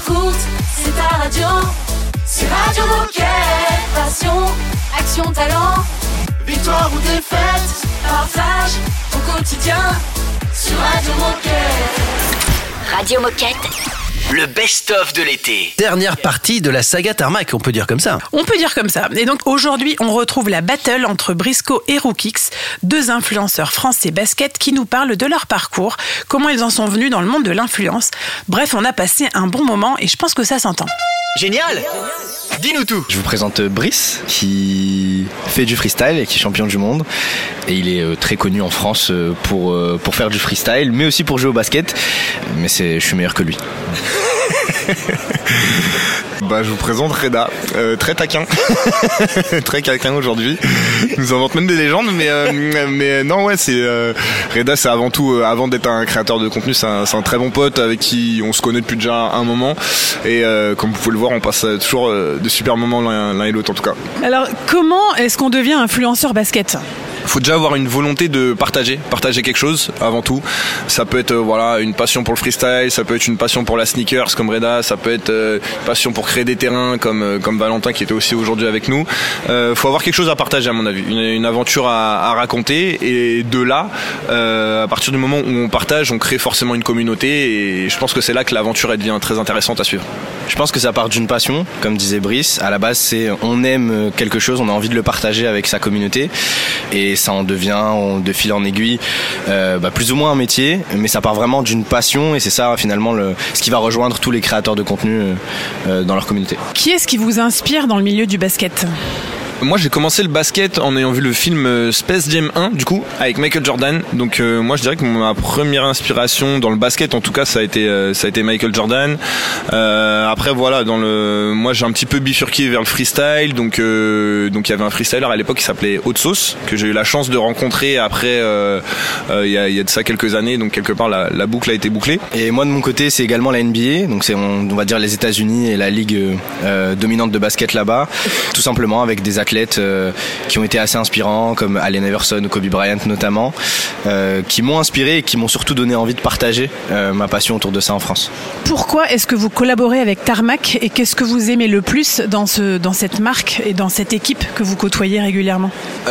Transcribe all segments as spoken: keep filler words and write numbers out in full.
écoute, c'est ta radio. C'est Radio Moquette. Passion, action, talent. Victoire ou défaite, partage au quotidien sur Radio Moquette. Radio Moquette. Le best-of de l'été. Dernière partie de la saga Tarmac, on peut dire comme ça. On peut dire comme ça. Et donc aujourd'hui, on retrouve la battle entre Briscoe et Rookix, deux influenceurs français basket qui nous parlent de leur parcours, comment ils en sont venus dans le monde de l'influence. Bref, on a passé un bon moment et je pense que ça s'entend. Génial! Dis-nous tout! Je vous présente Brice, qui fait du freestyle et qui est champion du monde. Et il est très connu en France pour, pour faire du freestyle, mais aussi pour jouer au basket. Mais c'est, je suis meilleur que lui. Bah, je vous présente Reda, euh, très taquin, très taquin aujourd'hui. Il nous invente même des légendes, mais euh, mais non ouais, c'est euh, Reda, c'est avant tout, euh, avant d'être un créateur de contenu, c'est un, c'est un très bon pote avec qui on se connaît depuis déjà un moment. Et euh, comme vous pouvez le voir, on passe toujours euh, de super moments l'un, l'un et l'autre en tout cas. Alors, comment est-ce qu'on devient influenceur basket ? Faut déjà avoir une volonté de partager, partager quelque chose avant tout. Ça peut être euh, voilà une passion pour le freestyle, ça peut être une passion pour la sneakers comme Reda, ça peut être euh, une passion pour créer des terrains comme euh, comme Valentin qui était aussi aujourd'hui avec nous. Euh, faut avoir quelque chose à partager à mon avis, une, une aventure à, à raconter et de là, euh, à partir du moment où on partage, on crée forcément une communauté et je pense que c'est là que l'aventure elle devient très intéressante à suivre. Je pense que ça part d'une passion, comme disait Brice. À la base, c'est on aime quelque chose, on a envie de le partager avec sa communauté et ça en devient de fil en aiguille euh, bah, plus ou moins un métier, mais ça part vraiment d'une passion et c'est ça finalement le, ce qui va rejoindre tous les créateurs de contenu euh, dans leur communauté. Qui est-ce qui vous inspire dans le milieu du basket ? Moi j'ai commencé le basket en ayant vu le film Space Jam un du coup avec Michael Jordan, donc euh, moi je dirais que ma première inspiration dans le basket en tout cas ça a été euh, ça a été Michael Jordan. Euh, après voilà, dans le moi j'ai un petit peu bifurqué vers le freestyle, donc euh, donc il y avait un freestyler à l'époque qui s'appelait Hot Sauce que j'ai eu la chance de rencontrer après euh, euh, il y a il y a de ça quelques années, donc quelque part la, la boucle a été bouclée. Et moi de mon côté c'est également la N B A, donc c'est on, on va dire les États-Unis et la ligue euh, dominante de basket là-bas, tout simplement avec des athlètes euh, qui ont été assez inspirants comme Allen Iverson ou Kobe Bryant notamment, euh, qui m'ont inspiré et qui m'ont surtout donné envie de partager euh, ma passion autour de ça en France. Pourquoi est-ce que vous collaborez avec Tarmac et qu'est-ce que vous aimez le plus dans, ce, dans cette marque et dans cette équipe que vous côtoyez régulièrement ?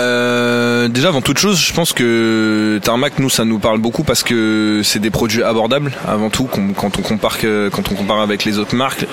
euh, Déjà avant toute chose, je pense que Tarmac, nous ça nous parle beaucoup parce que c'est des produits abordables avant tout quand on compare, quand on compare avec les autres marques.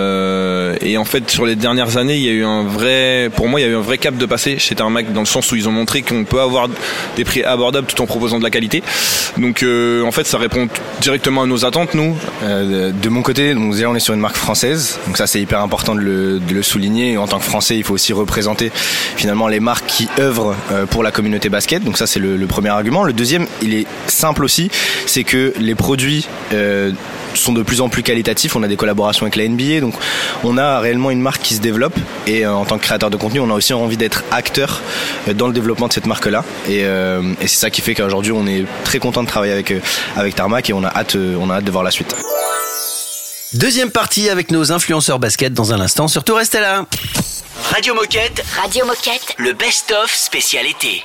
Euh, et en fait sur les dernières années, il y a eu un vrai, pour moi il y a eu un vrai cap de passer chez Tarmac dans le sens où ils ont montré qu'on peut avoir des prix abordables tout en proposant de la qualité. Donc euh, en fait ça répond directement à nos attentes nous. Euh, de mon côté, donc déjà on est sur une marque française, donc ça c'est hyper important de le, de le souligner. En tant que Français, il faut aussi représenter finalement les marques qui œuvrent euh, pour la communauté basket. Donc ça c'est le, le premier argument. Le deuxième, il est simple aussi, c'est que les produits euh, sont de plus en plus qualitatifs. On a des collaborations avec la N B A, donc on a réellement une marque qui se développe et euh, en tant que créateur de contenu on a aussi envie d'être acteur euh, dans le développement de cette marque là et, euh, et c'est ça qui fait qu'aujourd'hui on est très content de travailler avec, euh, avec Tarmac et on a hâte, euh, on a hâte de voir la suite. Deuxième partie avec nos influenceurs basket dans un instant, surtout restez là. Radio Moquette. Radio Moquette. Le best-of spécialité.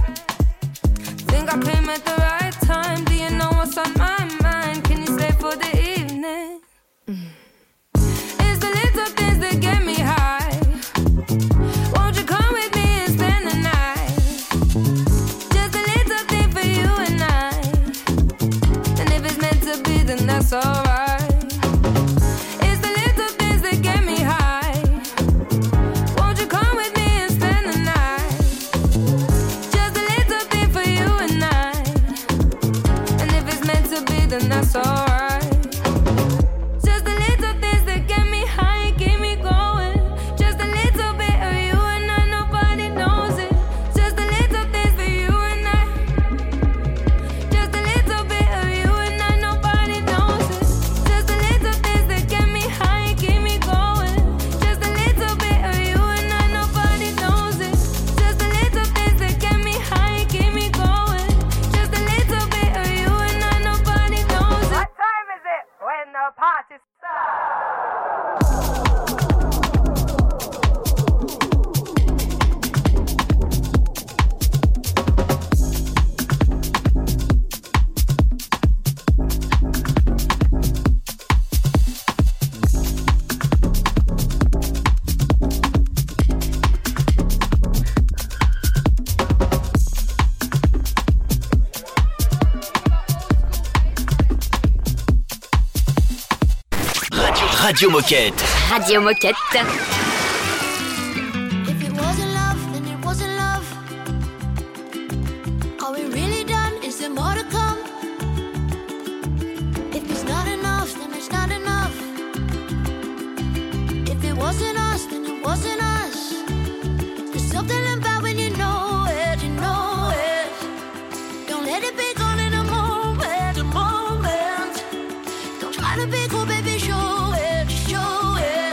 Think I came at the right time. Do you know what's on my mind? Can you stay for the Radio Moquette. Radio Moquette. If it wasn't love, then it wasn't love. Are we really done? Is there more to come? If it's not enough, then it's not enough. If it wasn't us, then it wasn't us. There's something about when you know it, you know it. Don't let it be gone in a moment, a moment. Don't try to be cool, baby, show it, show it.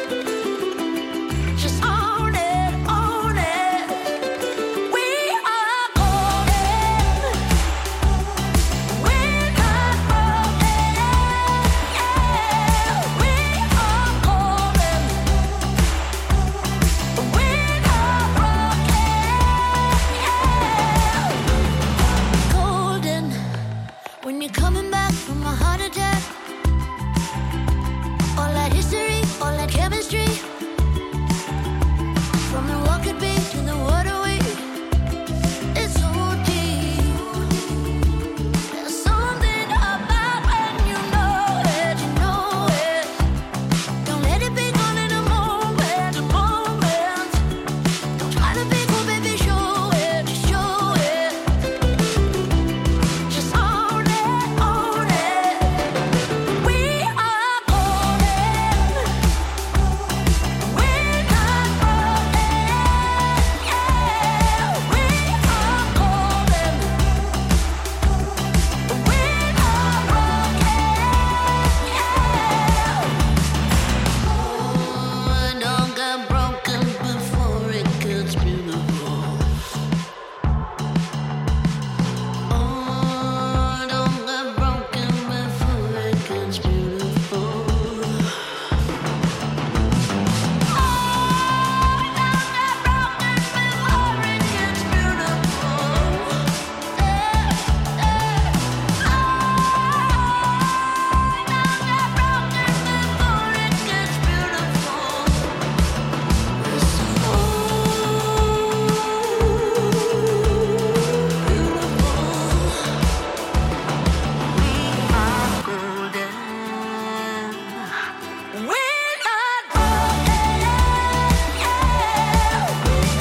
Just own it, own it. We are golden. We're not broken. Yeah, we are golden. We're not broken. Yeah, golden. When you're coming back from a heart attack, all that history, all that chemistry. From the what could be to the what are we? It's so deep. There's something about when you know it, you know it. Don't let it be gone in a moment, a moment. Don't try to be cool, baby, show it, show it. Just own it, own it. We are golden. We're not broken. Yeah, we are golden. We're not broken. Yeah. Don't get broken before it gets beautiful. Oh, don't get broken before it gets beautiful. We're not broken, yeah.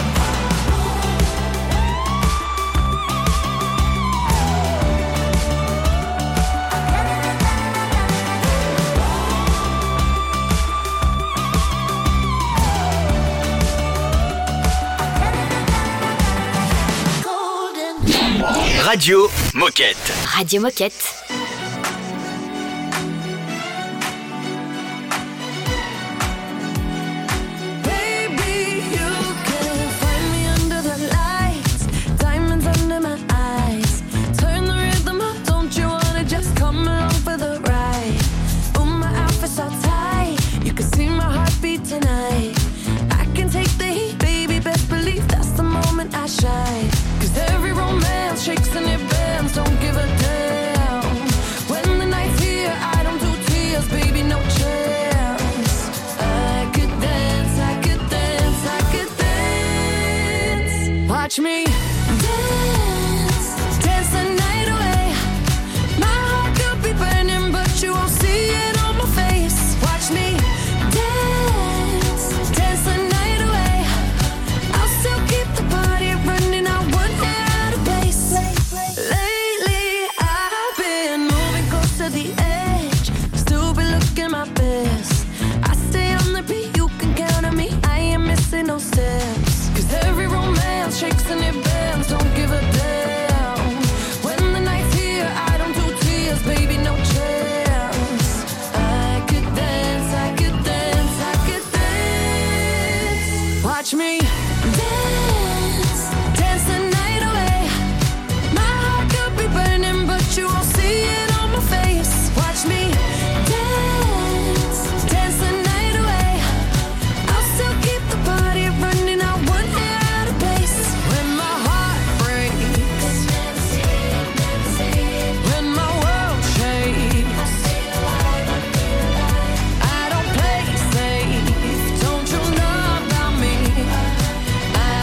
Golden. Radio Moquette. Radio Moquette. Baby, you can find me under the lights, diamonds under my eyes. Turn the rhythm up, don't you wanna just come along for the ride? Oh, my outfit's all tight, you can see my heartbeat tonight. I can take the heat, baby, best believe that's the moment I shine. 'Cause every romance shakes and it bends, don't give a damn. When the night's here, I don't do tears, baby, no chance. I could dance, I could dance, I could dance. Watch me dance, dance the night away. My heart could be burning, but you won't see it on my face. Watch me dance, dance the night away. I'll still keep the party running, I won't get out of place. Lately, I've been moving close to the edge, still be looking my best. I stay on the beat, you can count on me, I ain't missing no steps. 'Cause every romance shakes and it bends, don't give a damn. When the night's here, I don't do tears, baby, no chance. I could dance, I could dance, I could dance. Watch me dance, dance the night away. My heart could be burning, but you won't see it on my face. Watch me dance, dance the night away. I'll still keep the party running, I won't get out of place. When my heart breaks, when my world shakes, I don't play safe, don't you know about me? I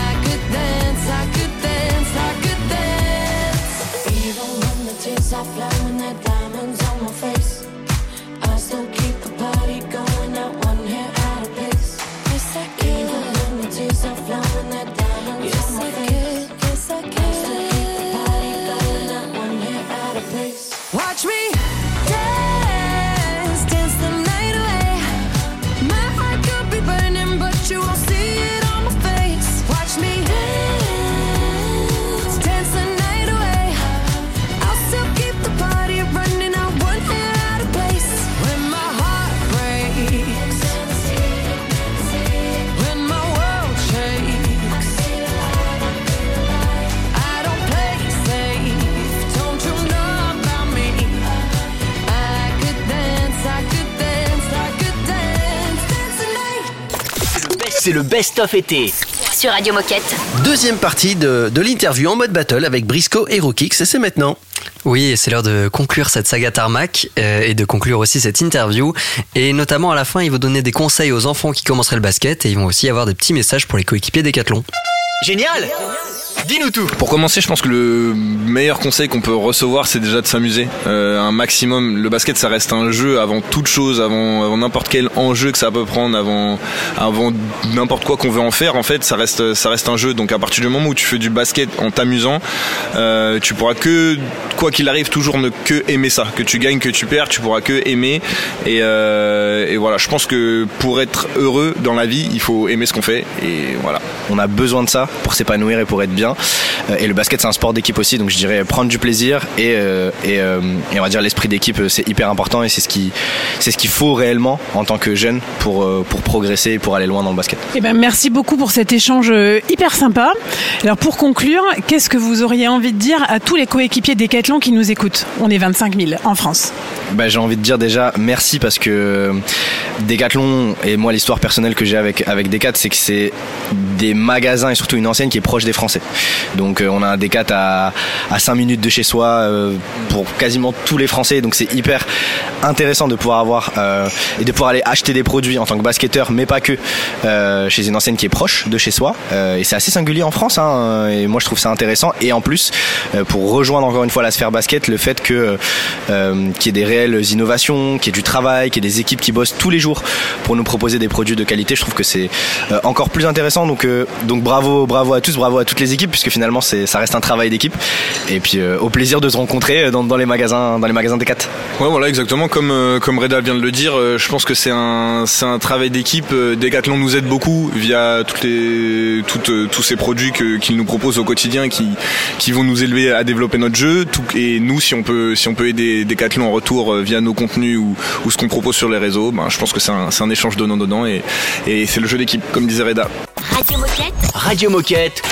C'est le best-of été. Sur Radio Moquette. Deuxième partie de, de l'interview en mode battle avec Briscoe et Rookix, et c'est maintenant. Oui, et c'est l'heure de conclure cette saga Tarmac euh, et de conclure aussi cette interview. Et notamment à la fin, ils vont donner des conseils aux enfants qui commenceraient le basket et ils vont aussi avoir des petits messages pour les coéquipiers Décathlon. Génial! Dis-nous tout. Pour commencer, je pense que le meilleur conseil qu'on peut recevoir, c'est déjà de s'amuser. Euh, un maximum. Le basket, ça reste un jeu avant toute chose, avant, avant n'importe quel enjeu que ça peut prendre, avant, avant n'importe quoi qu'on veut en faire. En fait, ça reste, ça reste un jeu. Donc, à partir du moment où tu fais du basket en t'amusant, euh, tu pourras que, quoi qu'il arrive, toujours ne que aimer ça. Que tu gagnes, que tu perds, tu pourras que aimer. Et, euh, et voilà. Je pense que pour être heureux dans la vie, il faut aimer ce qu'on fait. Et voilà. On a besoin de ça pour s'épanouir et pour être bien. Et le basket, c'est un sport d'équipe aussi, donc je dirais prendre du plaisir et, euh, et, euh, et on va dire l'esprit d'équipe, c'est hyper important et c'est ce qui, c'est ce qu'il faut réellement en tant que jeune pour, euh, pour progresser et pour aller loin dans le basket. Eh ben, merci beaucoup pour cet échange hyper sympa. Alors pour conclure, qu'est-ce que vous auriez envie de dire à tous les coéquipiers Décathlon qui nous écoutent ? On est vingt-cinq mille en France. Bah, j'ai envie de dire déjà merci parce que Décathlon et moi l'histoire personnelle que j'ai avec, avec Décat, c'est que c'est des magasins et surtout une enseigne qui est proche des Français. Donc euh, on a un Décat à, à cinq minutes de chez soi euh, pour quasiment tous les Français, donc c'est hyper intéressant de pouvoir avoir euh, et de pouvoir aller acheter des produits en tant que basketteur, mais pas que, euh, chez une enseigne qui est proche de chez soi, euh, et c'est assez singulier en France, hein, et moi je trouve ça intéressant. Et en plus euh, pour rejoindre encore une fois la sphère basket, le fait que euh, qu'il y ait des réelles innovations, qu'il y ait du travail, qu'il y ait des équipes qui bossent tous les jours pour nous proposer des produits de qualité, je trouve que c'est euh, encore plus intéressant. Donc euh, donc bravo bravo à tous, bravo à toutes les équipes, puisque finalement c'est ça reste un travail d'équipe. Et puis euh, au plaisir de se rencontrer dans, dans les magasins dans les magasins Décat. Ouais, voilà, exactement comme euh, comme Reda vient de le dire, euh, je pense que c'est un c'est un travail d'équipe. Décathlon nous aide beaucoup via toutes les toutes euh, tous ces produits que qu'ils nous proposent au quotidien, qui qui vont nous élever à développer notre jeu. Tout, et nous, si on peut si on peut aider Décathlon en retour euh, via nos contenus ou ou ce qu'on propose sur les réseaux, ben je pense que c'est un c'est un échange donnant donnant et et c'est le jeu d'équipe, comme disait Reda. Radio Moquette. Radio Moquette.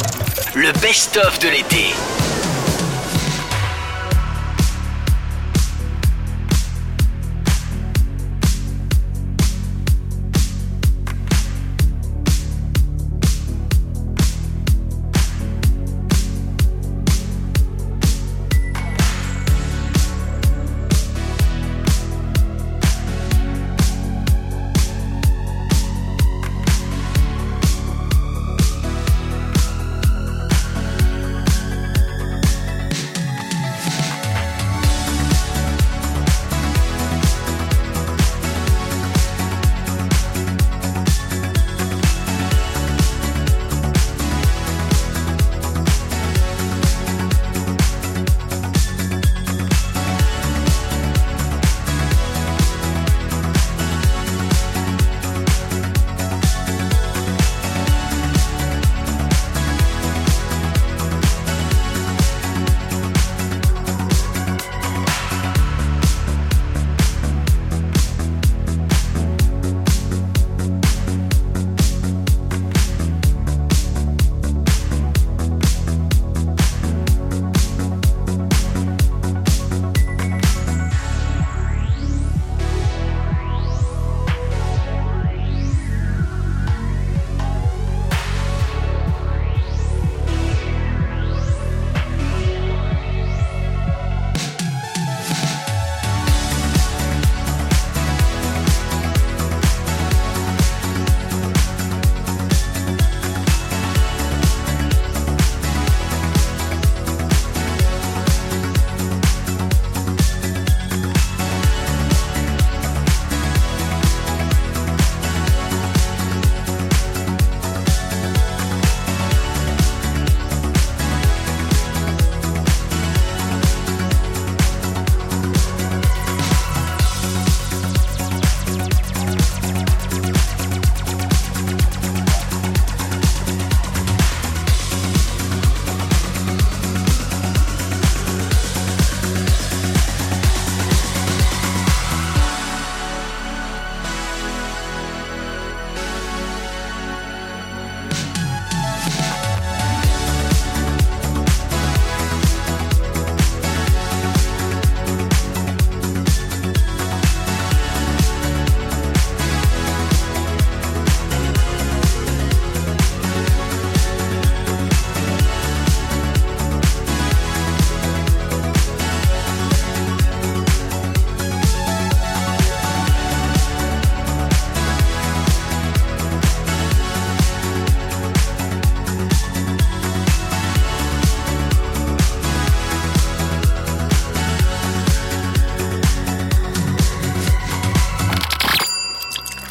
Le best-of de l'été.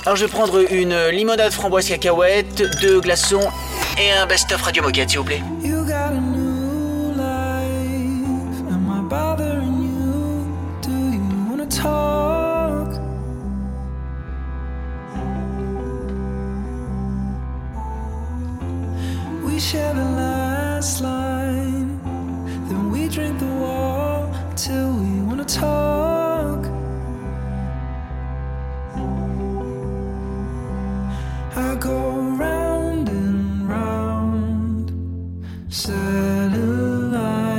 Alors je vais prendre une limonade framboise cacahuète, deux glaçons et un best-of Radio Moquette, s'il vous plaît. You got a new life. Am I bothering you? Do you wanna talk? We share the last line, then we drink the wall till we wanna talk. I go round and round, satellite,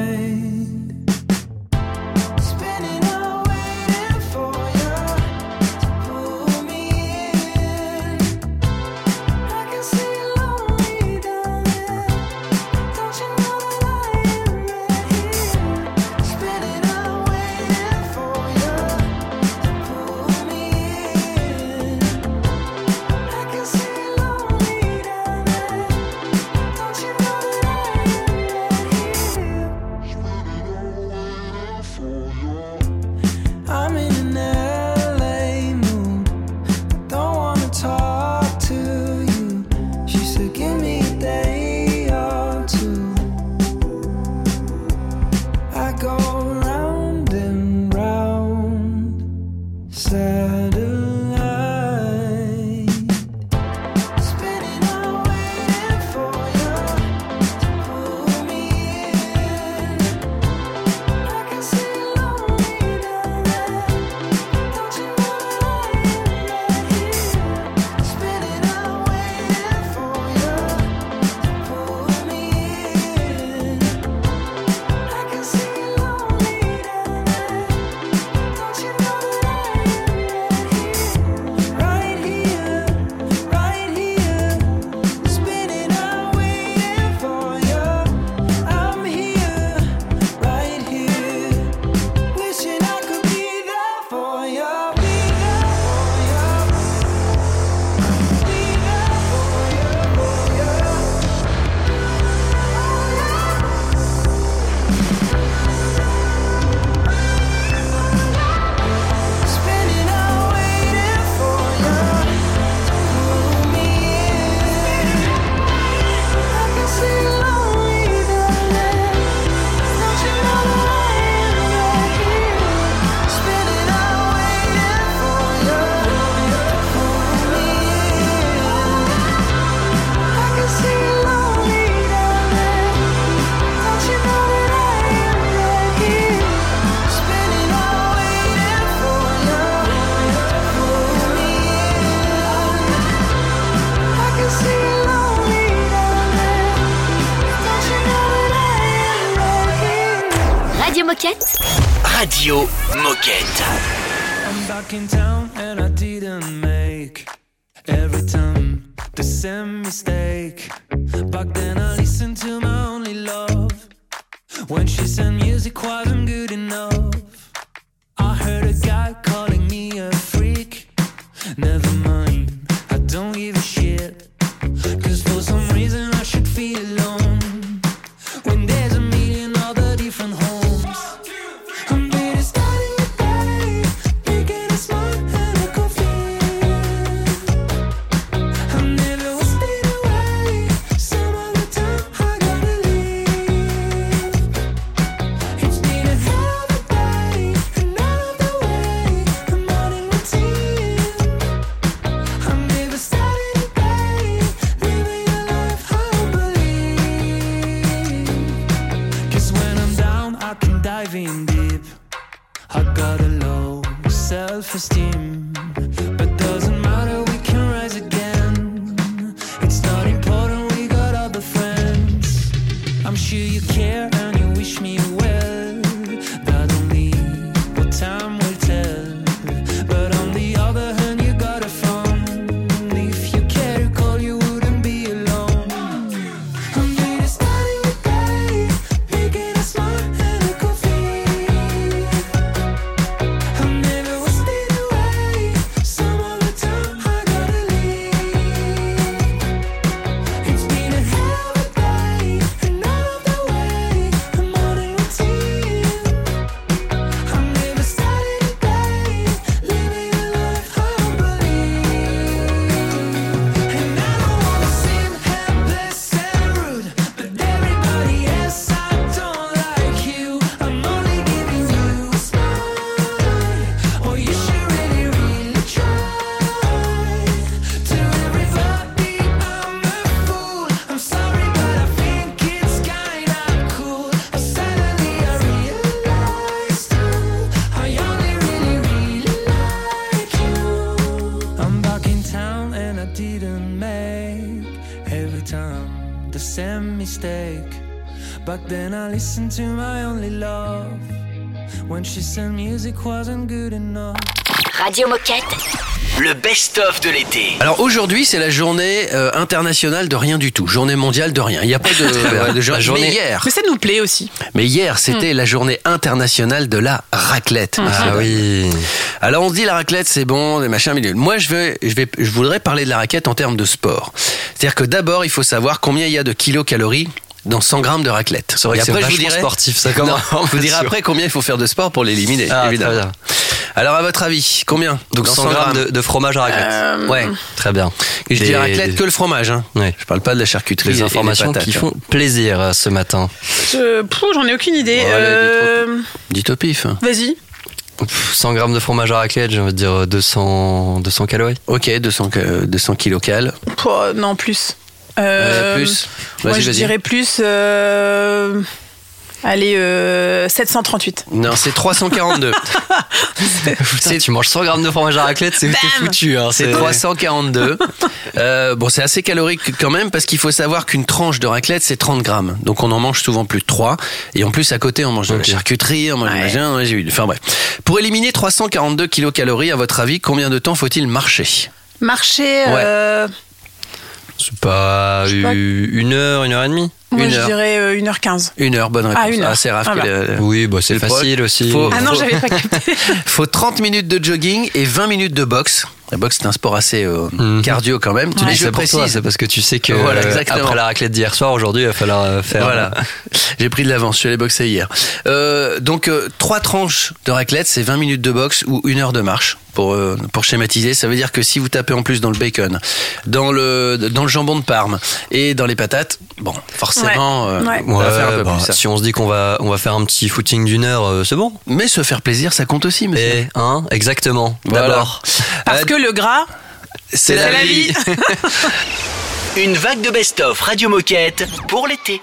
spinning out, waiting for you to pull me in. I can see you lonely down there. Don't you know that I am right here? Spinning out, waiting for you to pull me in. I can see you lonely down there. Don't you know that I am right here? I'm in an L A mood. I don't wanna talk to you. She said, give me a day or two. I go round and round, satellite, spinning out, waiting for you to pull me in. I can see you lonely down there. Don't you know that I am right here? Spinning out, waiting for you to pull me in. I can see you lonely down there. Don't you know that I am right here? Right here, right here, spinning out, waiting for you. I'm here, right here, wishing I could be there for you. Be there for you. Be there for you, for you. Spinning out, waiting for you to pull me in. I can see you lonely down there. Don't you know that I am right here? Spinning out, waiting for you to pull me in. I can see you lonely down there. Don't you know that I am right here? Spinning out, waiting for you to pull me in. I can see you lonely down there. Don't you know that I am right here? Radio Moquette. Radio Moquette. I'm back in town and I didn't make every time the same mistake. Back then I listened to my only love when she said music wasn't good enough. I heard a guy calling me a freak. Never mind, I don't give a shit. Cause for some reason I should feel alone when there's a million other different homes. I'm better starting the day, making a smile and a coffee. I'm never wasting away. Some of the time I gotta leave. It's been a hell of a day, and out of the way, the morning routine. I'm never starting the day, living a life I believe. Cause when I'm down, I can dive in deep. I got a low self-esteem, but doesn't matter, we can rise again. It's not important, we got other friends. I'm sure you care and you wish me well. That only what time will tell. But on the other hand, you got a phone. If you care to call, you wouldn't be alone. I'm really starting the day, making a smile and a coffee. I'm never wasting away. time, the same mistake. Back then I listened to my only love. When she said music wasn't good enough. Radio Moquette. Le best-of de l'été. Alors aujourd'hui, c'est la journée euh, internationale de rien du tout, journée mondiale de rien. Il n'y a pas de, euh, de journée. journée Mais hier, Mais ça nous plaît aussi. mais hier, c'était la journée internationale de la raclette. Ah oui. Alors on se dit la raclette c'est bon, des machins milieu. Moi je vais, je vais, je voudrais parler de la raclette en termes de sport. C'est-à-dire que d'abord il faut savoir combien il y a de kilocalories dans cent grammes de raclette. C'est vrai Et que c'est après, je vous vachement dirai, sportif, ça, comment- Non, je vous dirai sûr. après combien il faut faire de sport pour l'éliminer, Ah, évidemment. très bien. Alors à votre avis, combien Donc dans cent grammes de, de fromage à raclette. Euh, Ouais. Très bien. Et je Des- dis raclette des- que le fromage, hein. Ouais. Je parle pas de la charcuterie. et Des des informations patates, qui hein. font plaisir euh, ce matin. Je- Pff, j'en ai aucune idée. Bon, allez, Euh, Dites au pif. Vas-y. Pff, cent grammes de fromage à raclette, j'ai envie de dire deux cents, deux cents calories. Ok, deux cents, euh, deux cents kilocales. Pff, non, plus. Euh, Euh, plus. Moi, Vas-y, je vas-y. dirais plus. Euh... Allez, euh, sept cent trente-huit. Non, c'est trois cent quarante-deux. Putain, tu manges cent grammes de fromage à raclette, c'est t'es Bam foutu. Hein, C'est trois cent quarante-deux. Euh, bon, c'est assez calorique quand même parce qu'il faut savoir qu'une tranche de raclette c'est trente grammes. Donc on en mange souvent plus de trois. Et en plus à côté on mange de la Ok. charcuterie, on mange du Ouais. machin, ouais, j'ai eu. Enfin bref. Pour éliminer trois cent quarante-deux kilocalories, à votre avis, combien de temps faut-il marcher? Marché, euh, C'est pas, Je sais pas. une heure, une heure et demie. moi Une je heure. dirais euh, une heure quinze. Une heure, bonne réponse. Ah, une heure. c'est Raph Ah, qui bah. l'a- Oui, bah c'est le facile aussi. Faut- Ah non, faut- j'avais pas capté. Faut trente minutes de jogging et vingt minutes de boxe. La boxe, c'est un sport assez euh, Mhm. cardio quand même. Tu Mais dis, je c'est pour précise. toi, c'est parce que tu sais que Voilà, euh, exactement. après la raclette d'hier soir, aujourd'hui, il va falloir euh, faire. Voilà, j'ai pris de l'avance, je suis allé boxer hier. Euh, donc euh, trois tranches de raclette, c'est vingt minutes de boxe ou une heure de marche. Pour, euh, pour schématiser, ça veut dire que si vous tapez en plus dans le bacon, dans le, dans le jambon de Parme et dans les patates, bon, forcément, euh, Ouais. on va faire un Ouais, peu bah, plus ça. si on se dit qu'on va, on va faire un petit footing d'une heure, euh, c'est bon. Mais se faire plaisir, ça compte aussi, monsieur. Et, hein, exactement. Voilà. D'abord. Parce Euh, que le gras, c'est c'est la vie. Une vague de best-of Radio Moquette pour l'été.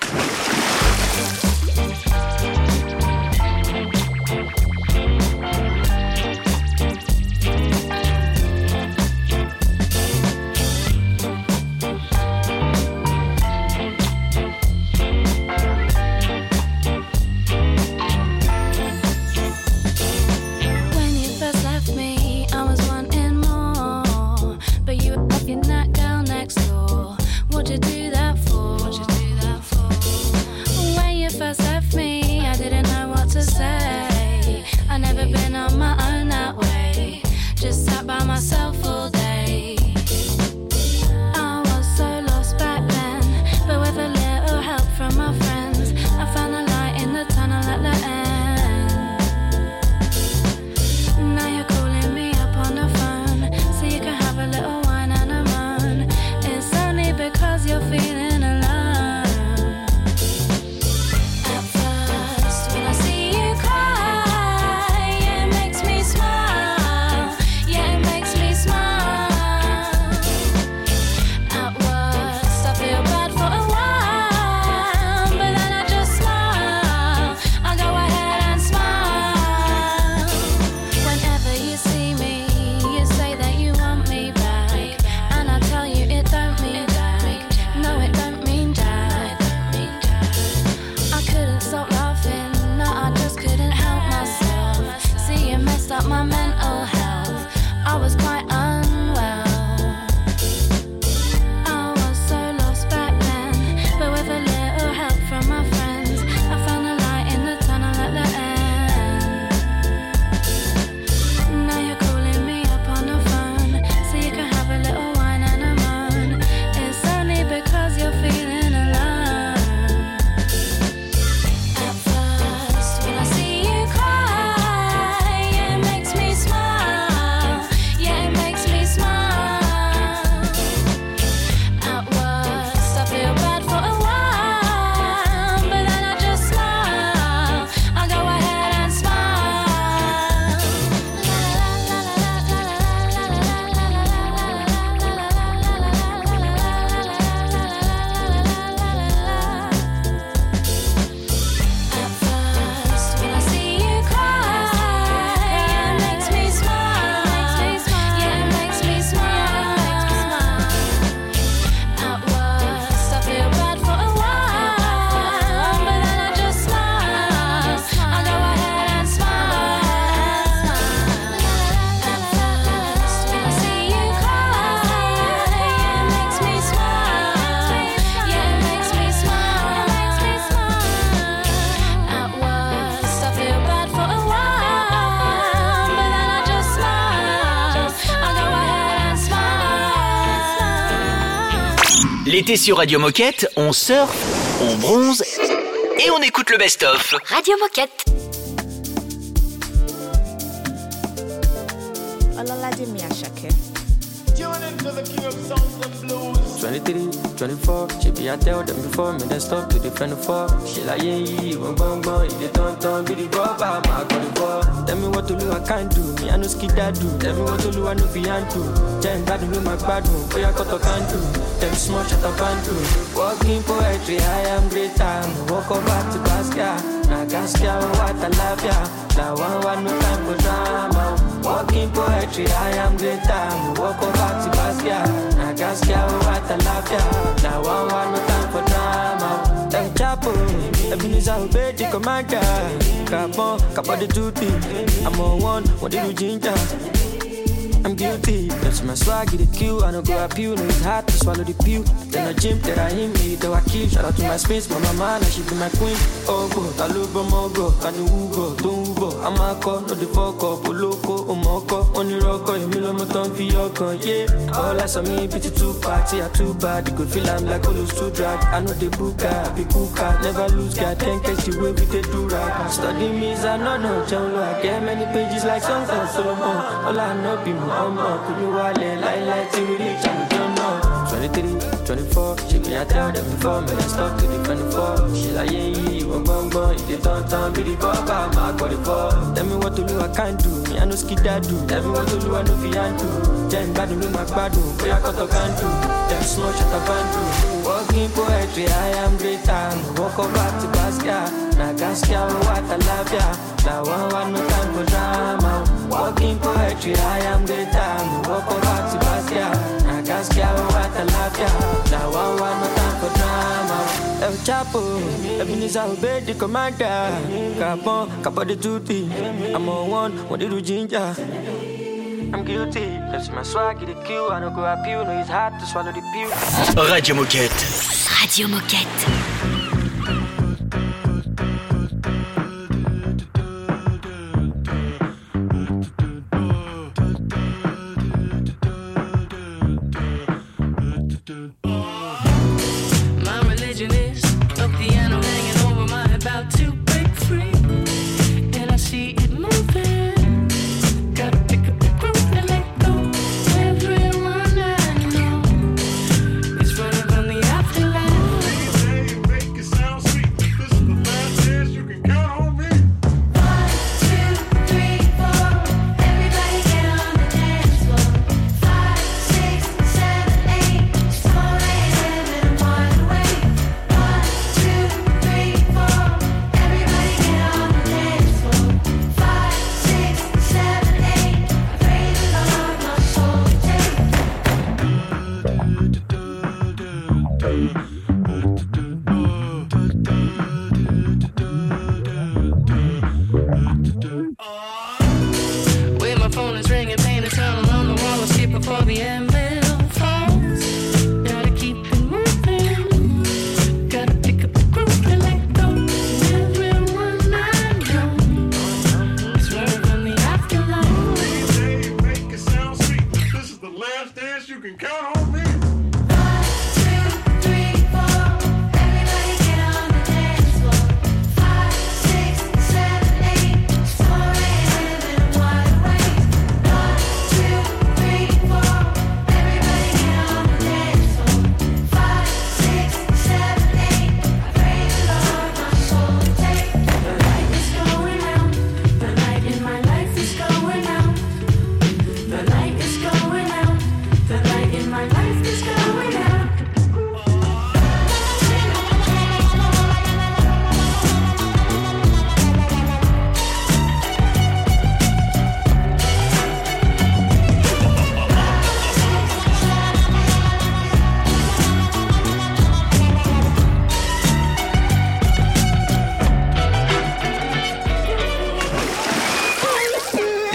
When you first left me, I was wanting more. But you were fucking that girl next door. What'd you do that for? What'd you do that for? When you first left me, I didn't know what to say. I never been on my own that way. Just sat by myself all day. I was so lost back then, but with a little help from my friends, I found the light in the tunnel at the end. Now you're calling me up on the phone, so you can have a little wine and a moan. It's only because you're feeling L'été sur Radio Moquette, on surfe, on bronze et on écoute le best-of. Radio Moquette. twenty-three, twenty-four, she be I tell them before, me they stop to defend the fall. She like, yeah, yeah, one bang bang, if they don't turn, be the rubber, I'm out for the ball. Tell me what to do, I can't do, me I no skid that do. Tell me what to do, I no behind do. Then bad with my bad room, boy I got to can do. Them small shut up and do. Walking poetry, I am great time. Walk over to Gaskia, na Gaskia, what I love ya. Now one one no time for drama. Walking poetry, I am great time. Walk over to Gaskia, na Gaskia, what I love ya. Now one one no time for drama. Them chapo, Ebenezer obey the commander. Capon, capo the duty. I'm on one, what did you ginger? I'm guilty, that's my swag, get the kill. I don't go up you, no it's hard to swallow the pill. Then I gym, then I hit me, though I kill. Shout out to my space, my mama, now she be my queen. Oh go, Taluba Mogo, Kanu Ugo, Don't Ugo. I'm a call, no the fuck up, Oloko, Omoko, Only Rocco, Emilio Moton, Fiocon, yeah. All I saw me, pity two party, I too bad. You could feel I'm like all those two drag. I know the booker, be cooker, never lose, God, ten catch the way we they do right. Study me, I know no, John, I get many pages like songs and so more. All I know be more. I'm up, put me wallet, like, like, till we reach, and we don't know. twenty-three, twenty-four, she be I tell them before, me I stop to defend the fall. She like, yeah, yeah, one bang bang, if they don't turn, be the ball, I'm out for the ball. Tell me what to do, I can't do, me I no skid that do. Tell me what to do, I no behind do. Then bad with my bad room, boy I got to can do. Them small shut up and do. Walking poetry, I am great time. Walk over to Gaskia, na Gaskia, what I love ya. Now one one no time for drama. Walking poetry, I am great time. Walk over to Gaskia, na Gaskia, what I love ya. Now one one no time for drama. El Chapo, Ebenezer obey the commander. Capon, capo the duty. I'm on one, what did you ginger? I'm guilty, that's my swag, get the kill. I don't go up you, no it's hard to swallow the pill. Radio Moquette. Radio Moquette. My religion is a piano hanging over my head, about to break free, and I see it moving. Gotta pick up the groove and let go. Everyone I know is running from the afterlife. Make it sound sweet. This is the last chance you can count on me. One, two, three, four. Everybody get on the dance floor. Five, six, seven, eight. It's four a.m. and one way. One, two, three, four. Everybody get on the dance floor. Five, six, seven, eight. I pray the Lord my soul to take. Wait, my phone is ringing, paint a tunnel on the wall. I'll skip before the anvil falls. Gotta keep it moving. Gotta pick up the groove and let go. Everyone I know is running from the afterlife. Make it sound sweet. This is the last dance you can count on me. One, two, three, four.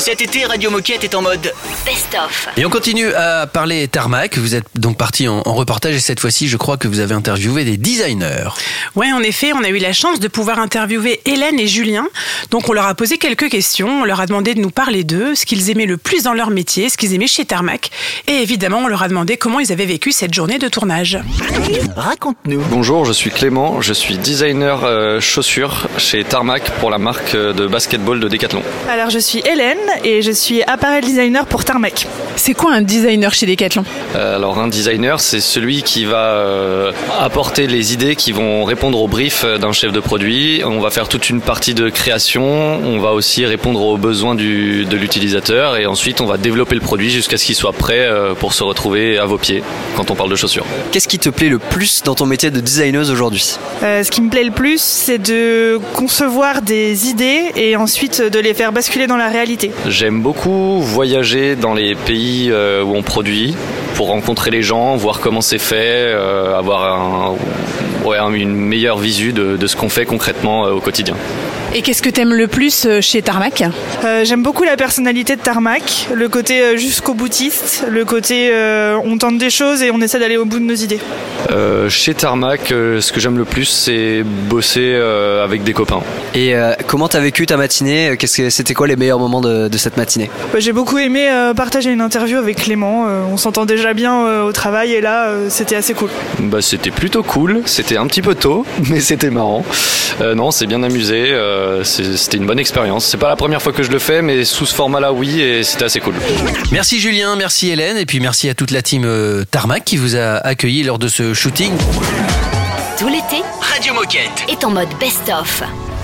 Cet été, Radio Moquette est en mode Best-of. Et on continue à parler tarmac. Vous êtes donc parti en, en reportage et cette fois-ci, je crois que vous avez interviewé des designers. Ouais, en effet, on a eu la chance de pouvoir interviewer Hélène et Julien. Donc on leur a posé quelques questions, on leur a demandé de nous parler d'eux, ce qu'ils aimaient le plus dans leur métier, ce qu'ils aimaient chez Tarmac. Et évidemment, on leur a demandé comment ils avaient vécu cette journée de tournage. Raconte-nous. Bonjour, je suis Clément, je suis designer euh, chaussures chez Tarmac pour la marque de basketball de Decathlon. Alors je suis Hélène et je suis appareil designer pour Tarmac. C'est quoi un designer chez Decathlon ? Euh, alors un designer, c'est celui qui va euh, apporter les idées qui vont répondre au brief d'un chef de produit. On va faire toute une partie de création, on va aussi répondre aux besoins du, de l'utilisateur et ensuite on va développer le produit jusqu'à ce qu'il soit prêt euh, pour se retrouver à vos pieds quand on parle de chaussures. Qu'est-ce qui te plaît le plus dans ton métier de designeuse aujourd'hui ? Euh, ce qui me plaît le plus, c'est de concevoir des idées et ensuite de les faire basculer dans la réalité. J'aime beaucoup voyager dans les pays euh, où on produit pour rencontrer les gens, voir comment c'est fait, euh, avoir un, ouais, une meilleure visu de, de ce qu'on fait concrètement euh, au quotidien. Et qu'est-ce que t'aimes le plus chez Tarmac ? Euh, j'aime beaucoup la personnalité de Tarmac, le côté euh, jusqu'au boutiste, le côté euh, on tente des choses et on essaie d'aller au bout de nos idées. Euh, chez Tarmac, euh, ce que j'aime le plus, c'est bosser euh, avec des copains. Et euh, comment t'as vécu ta matinée ? Qu'est-ce que c'était quoi les meilleurs moments de, de cette matinée ? Bah, j'ai beaucoup aimé euh, partager une interview avec Clément. Euh, on s'entend déjà bien euh, au travail et là, euh, c'était assez cool. Bah, c'était plutôt cool. C'était un petit peu tôt, mais c'était marrant. Euh, non, c'est bien amusé. Euh, c'était une bonne expérience. C'est pas la première fois que je le fais, mais sous ce format-là, oui, et c'était assez cool. Merci Julien, merci Hélène, et puis merci à toute la team euh, Tarmac qui vous a accueilli lors de ce shooting. Tout l'été, Radio Moquette est en mode best-of.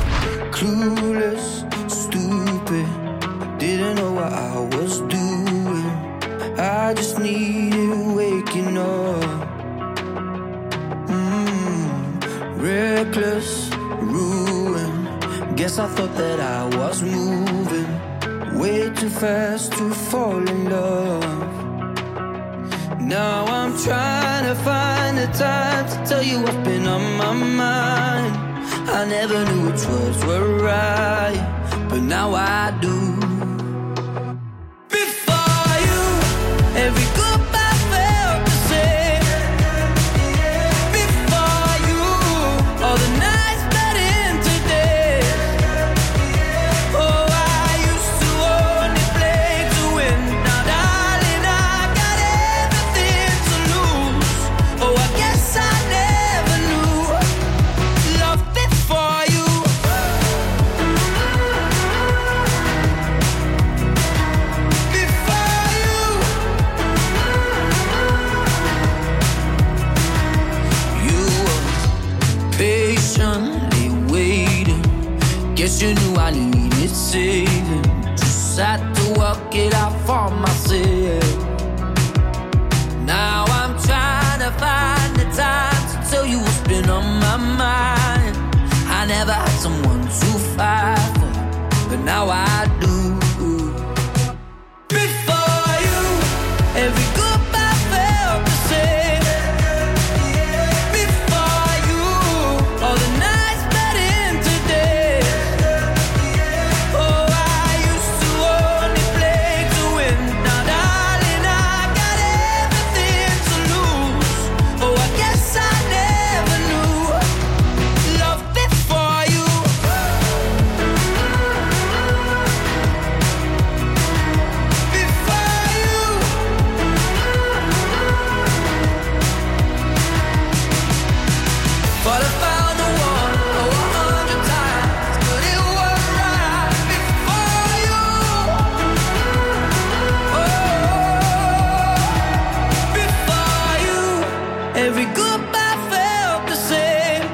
Clueless, stupid, didn't know what I was doing. I just needed waking up. Mm, reckless, ruin. Guess I thought that I was moving way too fast to fall in love. Now I'm trying to find the time to tell you what's been on my mind. I never knew which words were right, but now I do. Before you, every goodbye felt the same. Before you, all the nights bled into days. Oh, I used to only play to win. Now, darling, I got everything to lose. Oh, I guess I never knew love before you. Before you, you were patiently waiting. Guess you knew I needed saving. Just had to work it out for myself. Now I'm trying to find the time to tell you what's been on my mind. I never had someone to fight for, but now I do. Before you, every goodbye felt the same. Before you, all the nights bled into days. Oh, I used to only play to win. Now, darling, I got everything to lose. Oh, I guess I never knew love before you. Before you, but I found the one oh, a hundred times, but it was right before you. Oh, before you, every goodbye felt the same.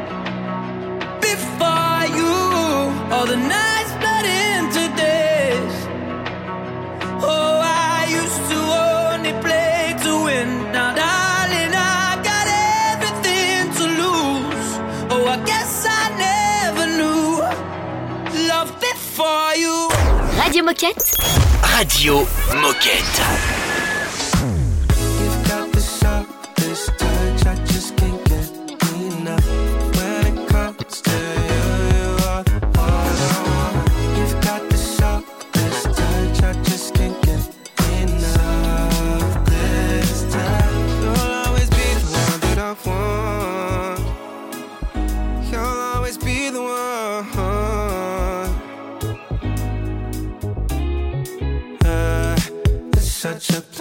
Before you, all the nights bled into days. Oh, I used to only play to win. Now, darling, I got everything to lose. Oh, I guess I never knew love before you. Radio Moquette, Radio Moquette. You've got the sharpest touch, I just can't get enough. When it comes to you, you are all I want. You've got the sharpest touch.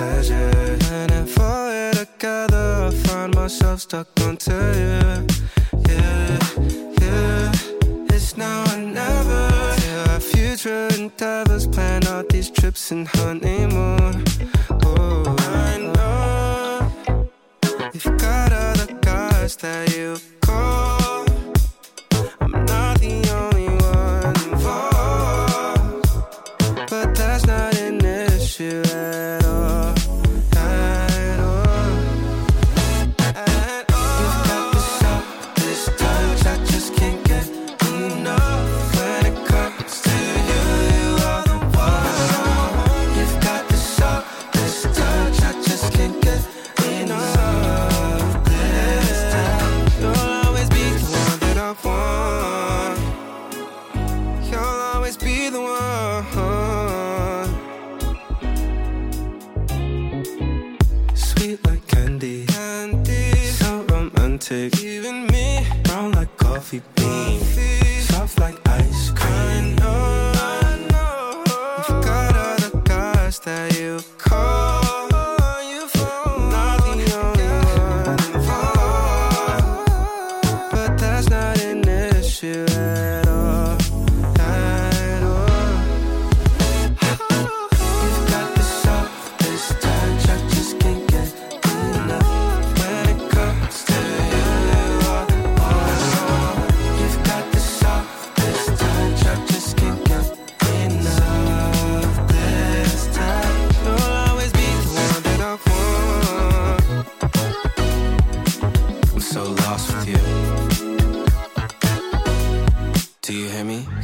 pleasure. And if we're together, I find myself stuck onto you. Yeah, yeah. It's now or never. Yeah, our future endeavors, plan out these trips and honeymoon. Oh, I know you've got other guys that you call. I'm not the only one involved, but that's not an issue at all, at all, at all. You've got this up, this touch, I just can't get enough. When it comes to you, you are the one. You've got this up, this touch, I just can't get enough. This time, you'll always be the one that I want. You'll always be the one. Sweet like candy, candy, so romantic. Even me, brown like coffee beans, soft like ice cream. I know, I know. You've got other guys that you call. You phone, not the only one involved, but that's not an issue at all, at all. You've got the softest touch, I just can't get enough. When it comes to you, you are the one. You've got the softest touch, I just can't get enough. This time, you'll always be the one that I want. I'm so lost with you. Do you hear me?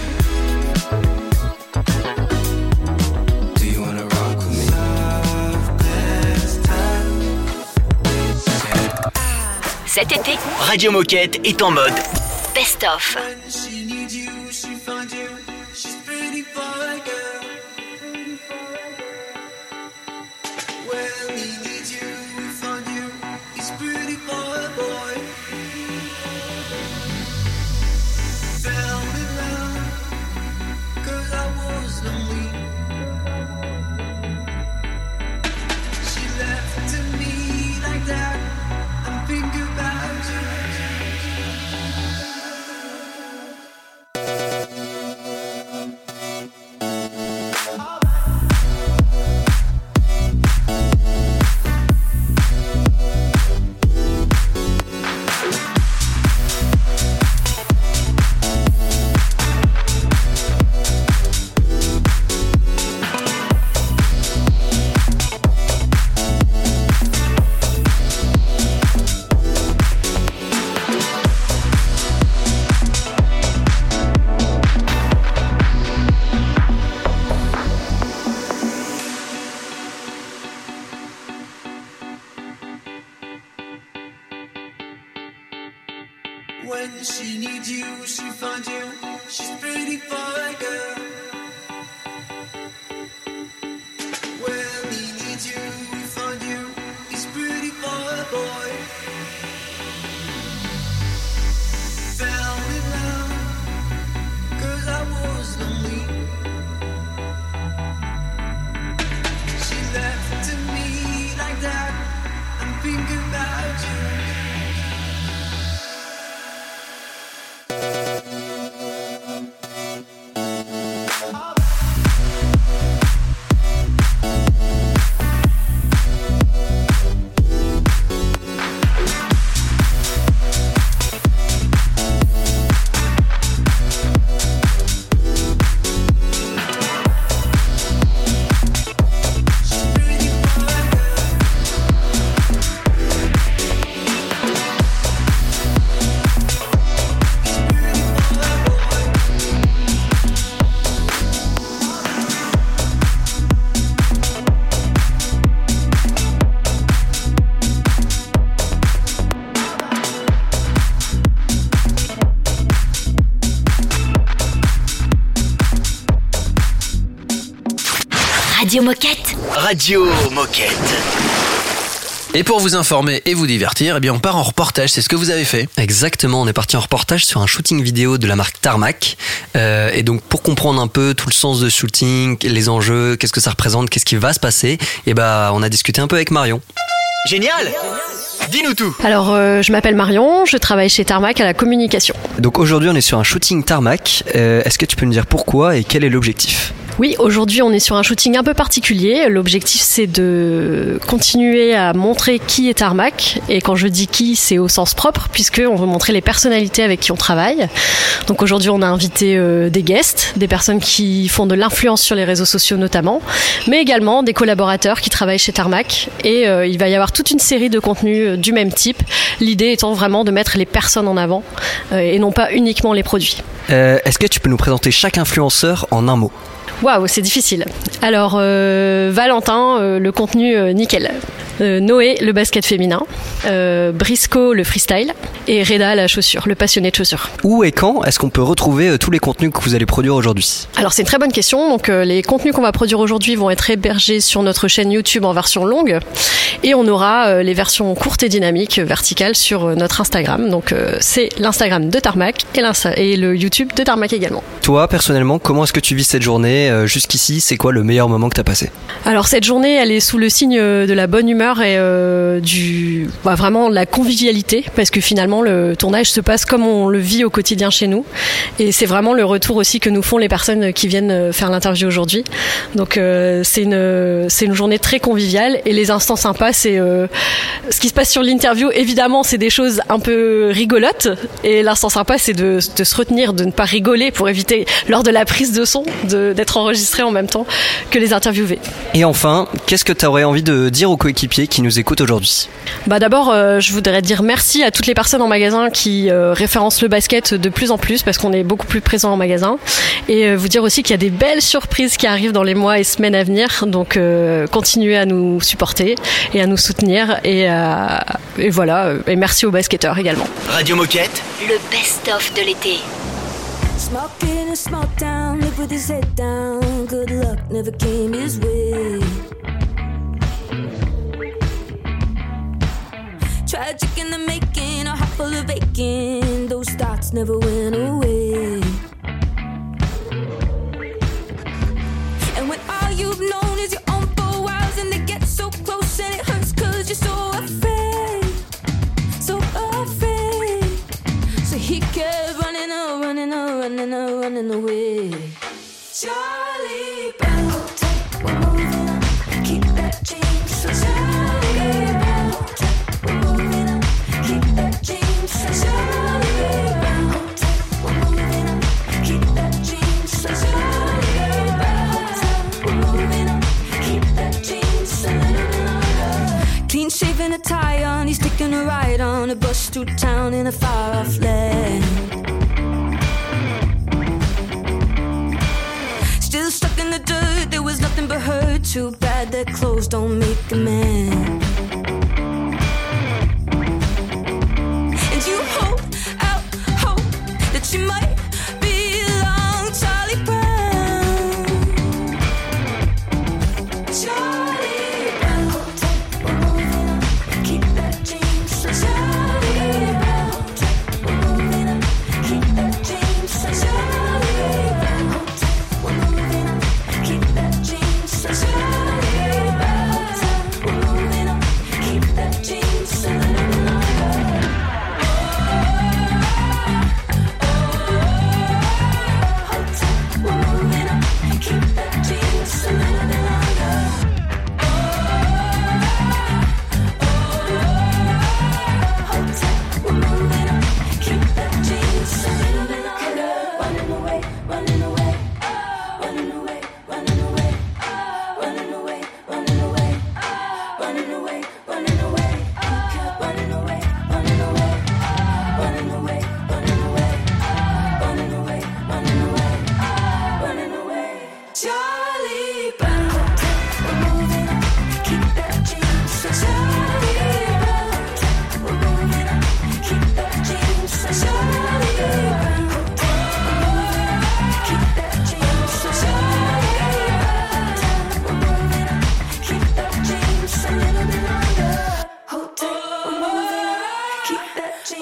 Do you wanna rock with me? This time. Cet été, Radio Moquette est en mode Best of. She needs you, she finds you. She's pretty boy girl. When he needs you, we find you. He's pretty boy boy. Fell in love, 'cause I was lonely. She left to me like that. I'm thinking about you. When she needs you, she finds you. She's pretty boy girl. When he needs you, we find you. He's pretty boy boy. Fell in love, 'cause I was lonely. She left to me like that. I'm thinking about you. Radio Moquette. Radio Moquette. Et pour vous informer et vous divertir, eh bien on part en reportage, c'est ce que vous avez fait. Exactement, on est parti en reportage sur un shooting vidéo de la marque Tarmac. Euh, et donc pour comprendre un peu tout le sens de shooting, les enjeux, qu'est-ce que ça représente, qu'est-ce qui va se passer, et bah on a discuté un peu avec Marion. Génial! Dis-nous tout. Alors, euh, je m'appelle Marion, je travaille chez Tarmac à la communication. Donc aujourd'hui on est sur un shooting Tarmac. Euh, est-ce que tu peux nous dire pourquoi et quel est l'objectif ? Oui, aujourd'hui on est sur un shooting un peu particulier. L'objectif c'est de continuer à montrer qui est Tarmac. Et quand je dis qui, c'est au sens propre, puisqu'on veut montrer les personnalités avec qui on travaille. Donc aujourd'hui on a invité euh, des guests, des personnes qui font de l'influence sur les réseaux sociaux notamment, mais également des collaborateurs qui travaillent chez Tarmac. Et euh, il va y avoir toute une série de contenus du même type. L'idée étant vraiment de mettre les personnes en avant euh, et non pas uniquement les produits. Euh, est-ce que tu peux nous présenter chaque influenceur en un mot ? Waouh, c'est difficile. Alors, euh, Valentin, euh, le contenu euh, nickel. Euh, Noé, le basket féminin. Euh, Briscoe, le freestyle. Et Reda, la chaussure, le passionné de chaussures. Où et quand est-ce qu'on peut retrouver euh, tous les contenus que vous allez produire aujourd'hui ? Alors, c'est une très bonne question. Donc, euh, les contenus qu'on va produire aujourd'hui vont être hébergés sur notre chaîne YouTube en version longue. Et on aura euh, les versions courtes et dynamiques, verticales, sur euh, notre Instagram. Donc, euh, c'est l'Instagram de Tarmac et, et le YouTube de Tarmac également. Toi, personnellement, comment est-ce que tu vis cette journée ? Euh, jusqu'ici, c'est quoi le meilleur moment que tu as passé ? Alors, cette journée, elle est sous le signe de la bonne humeur et euh, du, bah, vraiment la convivialité, parce que finalement, le tournage se passe comme on le vit au quotidien chez nous. Et c'est vraiment le retour aussi que nous font les personnes qui viennent faire l'interview aujourd'hui. Donc, euh, c'est une, c'est une journée très conviviale. Et les instants sympas, c'est euh, ce qui se passe sur l'interview. Évidemment, c'est des choses un peu rigolotes. Et l'instant sympa, c'est de, de se retenir, de ne pas rigoler pour éviter, lors de la prise de son, de, d'être enregistré en même temps que les interviewés. Et enfin, qu'est-ce que tu aurais envie de dire aux coéquipiers qui nous écoutent aujourd'hui ? Bah d'abord, euh, je voudrais dire merci à toutes les personnes en magasin qui euh, référencent le basket de plus en plus, parce qu'on est beaucoup plus présent en magasin. Et euh, vous dire aussi qu'il y a des belles surprises qui arrivent dans les mois et semaines à venir. Donc euh, continuez à nous supporter et à nous soutenir. Et, euh, et voilà, et merci aux basketteurs également. Radio Moquette, le best-of de l'été. Small kid in a small town, live with his head down. Good luck never came his way. Tragic in the making, a heart full of aching. Those thoughts never went away. And when all you've known is your own four walls, and they get so close and it hurts 'cause you're so afraid, so afraid. So he kept running, oh, running, oh, running, oh, running away. Charlie Brown, we're moving on, keep that change. So Charlie Brown, we're moving on, keep that change. So Charlie Brown, we're moving on, keep that change. So Charlie Brown, we're moving on, keep that change. So clean shaven, a tie on, he's taking a ride on a bus through town in a far off land. Still stuck in the dirt, there was nothing but hurt. Too bad that clothes don't make a man. And you hold out hope that you might belong, Charlie Brown. Charlie Brown, we're moving on, keep that change. So Charlie Brown, we're moving on, keep that change. So Charlie Brown, we're moving on, keep that change. So Charlie Brown, we're moving on,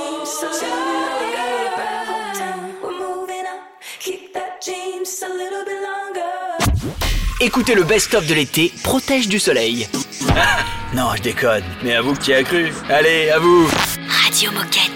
just a little bit longer. Uptown, we're moving up. Keep that dream just a little bit longer. Écoutez le best-of de l'été, protège du soleil. Ah, non, je déconne, mais à vous qui a cru. Allez, à vous. Radio Moquette.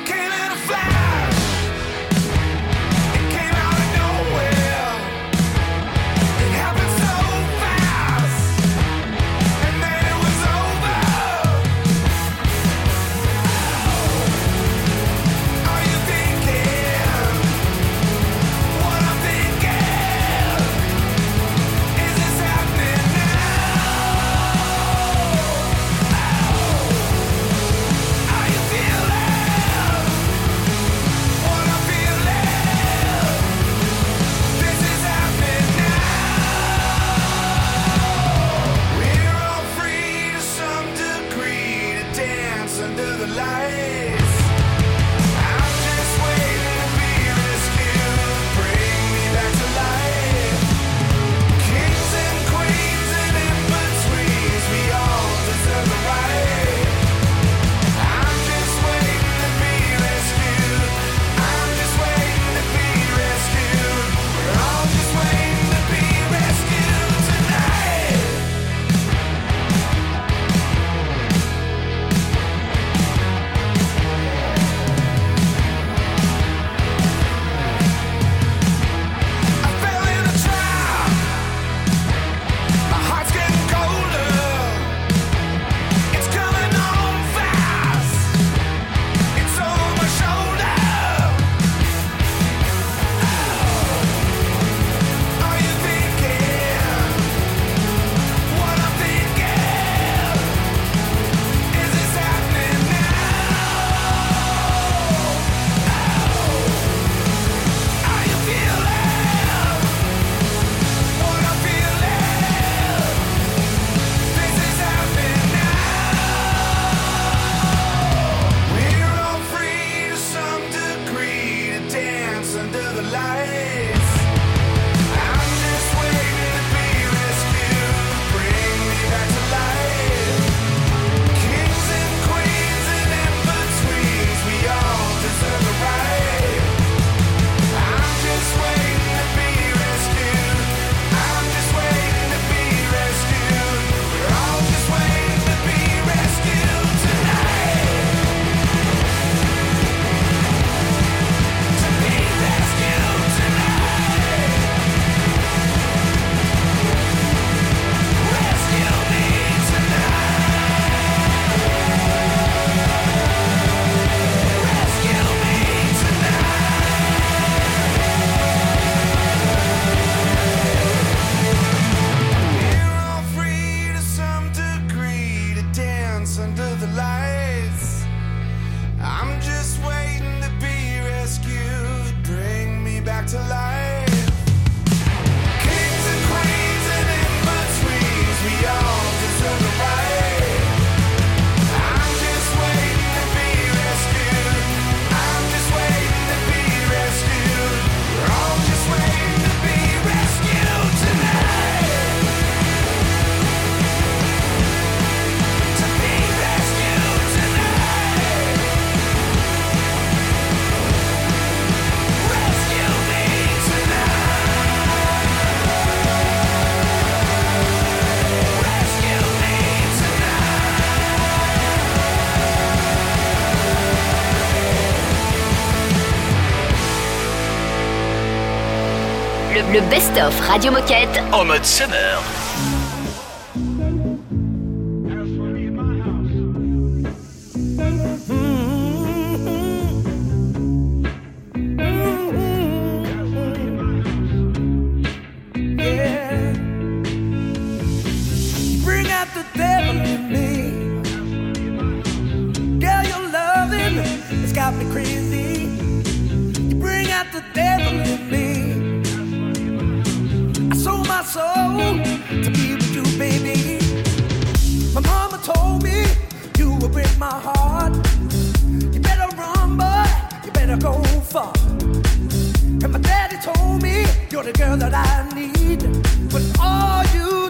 Le best-of Radio Moquette en mode summer.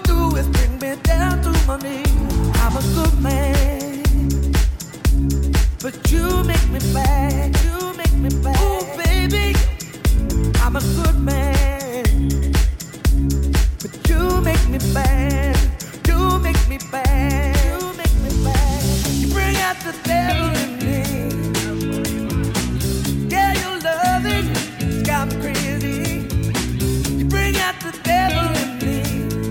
I'm a good man. but you make me bad. You make me bad. Ooh, baby, I'm a good man, but you make me bad. You make me bad. You make me bad. You bring out the devil in me. Yeah, your loving has got me crazy. You bring out the devil in me.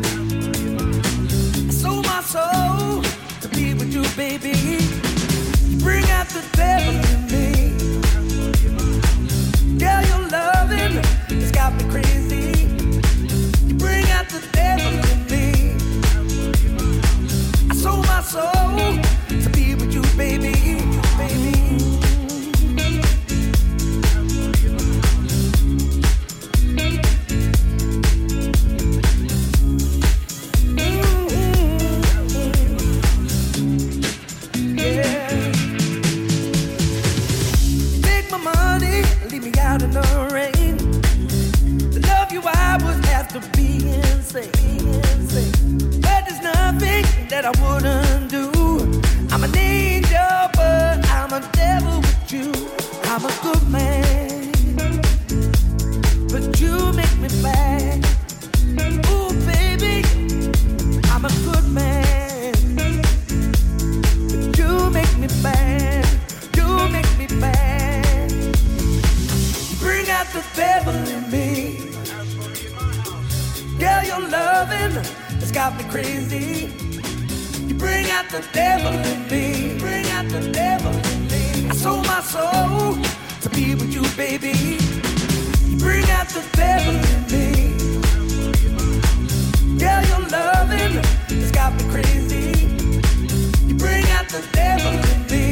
I sold my soul to be with you, baby. You bring out the devil in me. Yeah, your loving has got me crazy. You bring out the devil in me. I sold my soul to be with you, baby, baby. Out in the rain, to love you I would have to be insane, insane. But there's nothing that I wouldn't do. I'm an angel, but I'm a devil with you. I'm a good man, but you make me bad. Ooh, baby, I'm a good man, but you make me bad. You make me bad. Bring out the devil in me. Girl, your loving has got me crazy. You bring out the devil in me. Bring out the devil in me. I sold my soul to be with you, baby. You bring out the devil in me. Girl, your loving has got me crazy. You bring out the devil in me.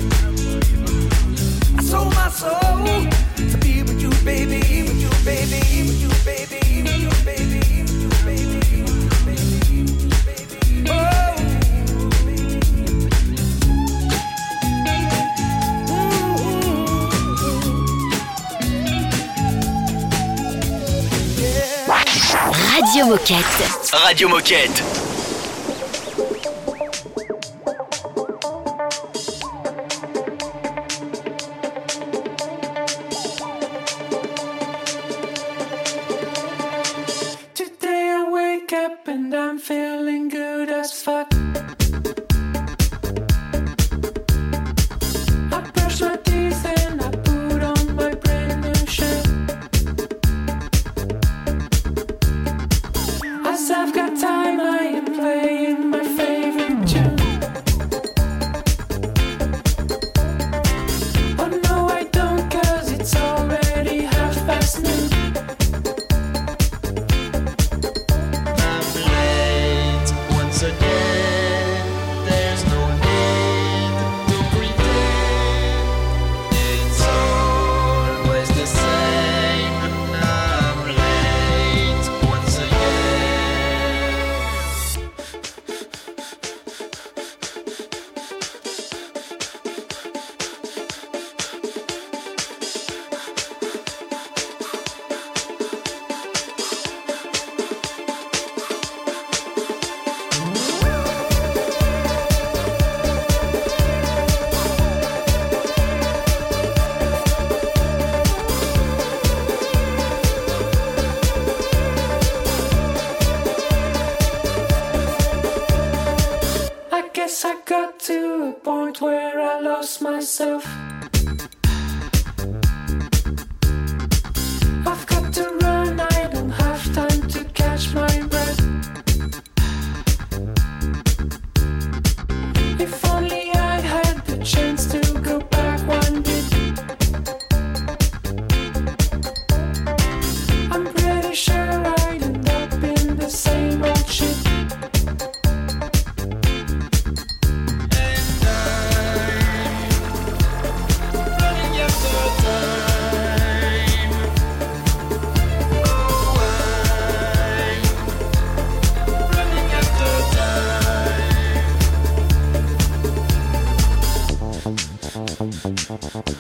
I sold my soul to be with you, baby, with you, baby, with you, baby, with you, baby, with you, baby, with you, baby, with you, baby. Oh, baby. Yeah. Radio Moquette. Radio Moquette. And I'm feeling good as fuck. I brush my teeth and I put on my brand new shirt. As I've got time, I am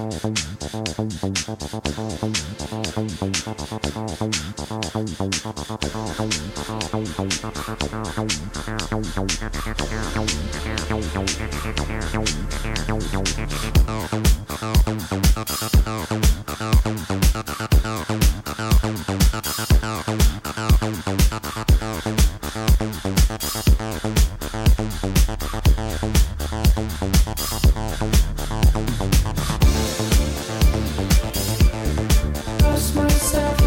Lost myself.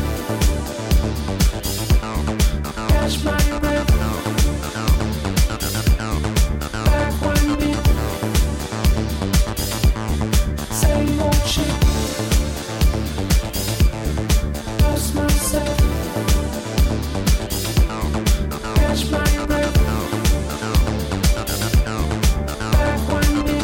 Catch my breath. Back one beat. Same old shit. Lost myself. Catch my breath. Back one beat.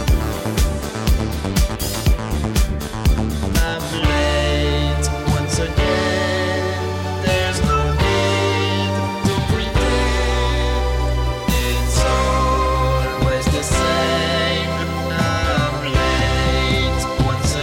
I'm late once again. There's no need to pretend. It's always the same. I'm late once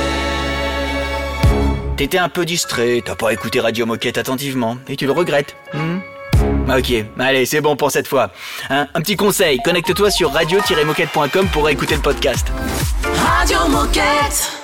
again. T'étais un peu distrait, t'as pas écouté Radio Moquette attentivement, et tu le regrettes. Hmm Ok, allez, c'est bon pour cette fois. Hein, un petit conseil, connecte-toi sur radio tiret moquette point com pour écouter le podcast. Radio Moquette.